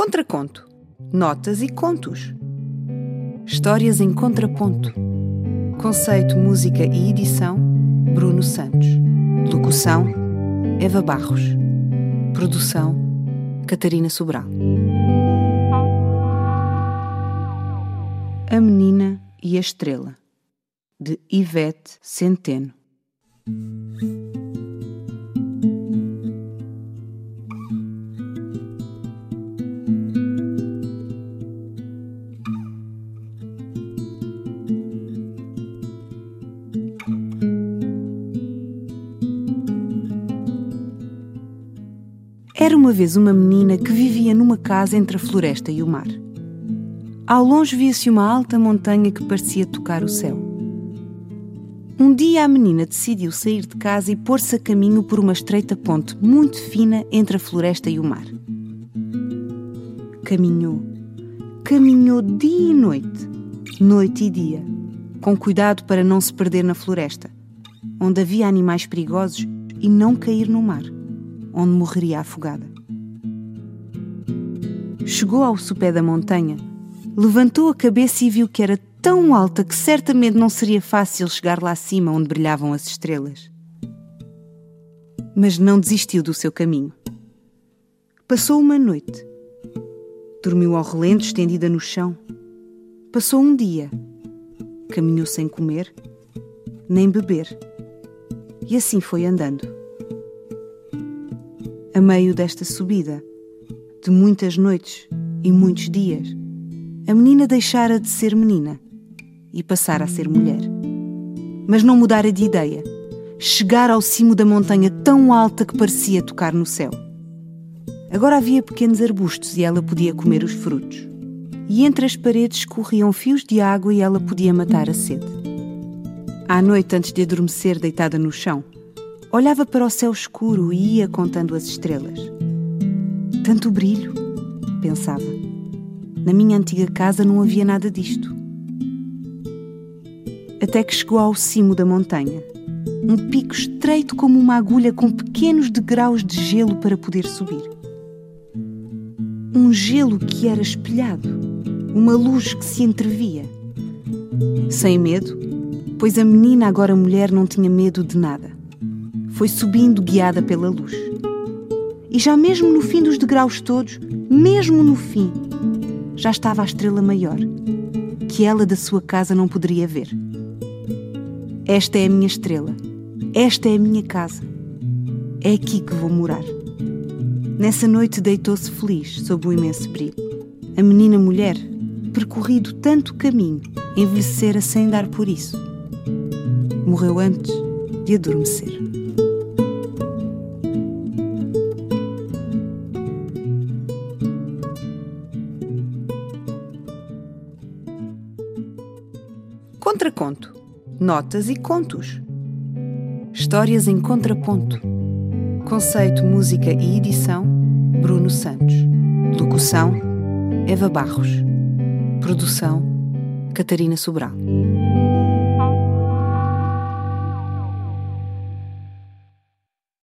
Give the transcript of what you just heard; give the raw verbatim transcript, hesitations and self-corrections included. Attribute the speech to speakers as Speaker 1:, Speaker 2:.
Speaker 1: Contraconto. Notas e contos. Histórias em contraponto. Conceito, música e edição, Bruno Santos. Locução, Eva Barros. Produção, Catarina Sobral. A Menina e a Estrela, de Ivete Centeno. Era uma vez uma menina que vivia numa casa entre a floresta e o mar. Ao longe via-se uma alta montanha que parecia tocar o céu. Um dia a menina decidiu sair de casa e pôr-se a caminho por uma estreita ponte muito fina entre a floresta e o mar. Caminhou, caminhou dia e noite, noite e dia, com cuidado para não se perder na floresta, onde havia animais perigosos, e não cair no mar, onde morreria afogada. Chegou ao sopé da montanha, levantou a cabeça e viu que era tão alta que certamente não seria fácil chegar lá acima onde brilhavam as estrelas. Mas não desistiu do seu caminho. Passou uma noite. Dormiu ao relento, estendida no chão. Passou um dia. Caminhou sem comer, nem beber. E assim foi andando. A meio desta subida, de muitas noites e muitos dias, a menina deixara de ser menina e passara a ser mulher. Mas não mudara de ideia. Chegara ao cimo da montanha tão alta que parecia tocar no céu. Agora havia pequenos arbustos e ela podia comer os frutos. E entre as paredes corriam fios de água e ela podia matar a sede. À noite, antes de adormecer deitada no chão, olhava para o céu escuro e ia contando as estrelas. Tanto brilho, pensava. Na minha antiga casa não havia nada disto. Até que chegou ao cimo da montanha. Um pico estreito como uma agulha com pequenos degraus de gelo para poder subir. Um gelo que era espelhado, uma luz que se entrevia. Sem medo, pois a menina, agora mulher, não tinha medo de nada. Foi subindo guiada pela luz. E já mesmo no fim dos degraus todos, mesmo no fim, já estava a estrela maior, que ela da sua casa não poderia ver. Esta é a minha estrela, esta é a minha casa, é aqui que vou morar. Nessa noite deitou-se feliz sob o imenso brilho. A menina mulher, percorrido tanto caminho, envelhecera sem dar por isso. Morreu antes de adormecer. Contraconto. Notas e contos. Histórias em contraponto. Conceito, música e edição, Bruno Santos. Locução, Eva Barros. Produção, Catarina Sobral.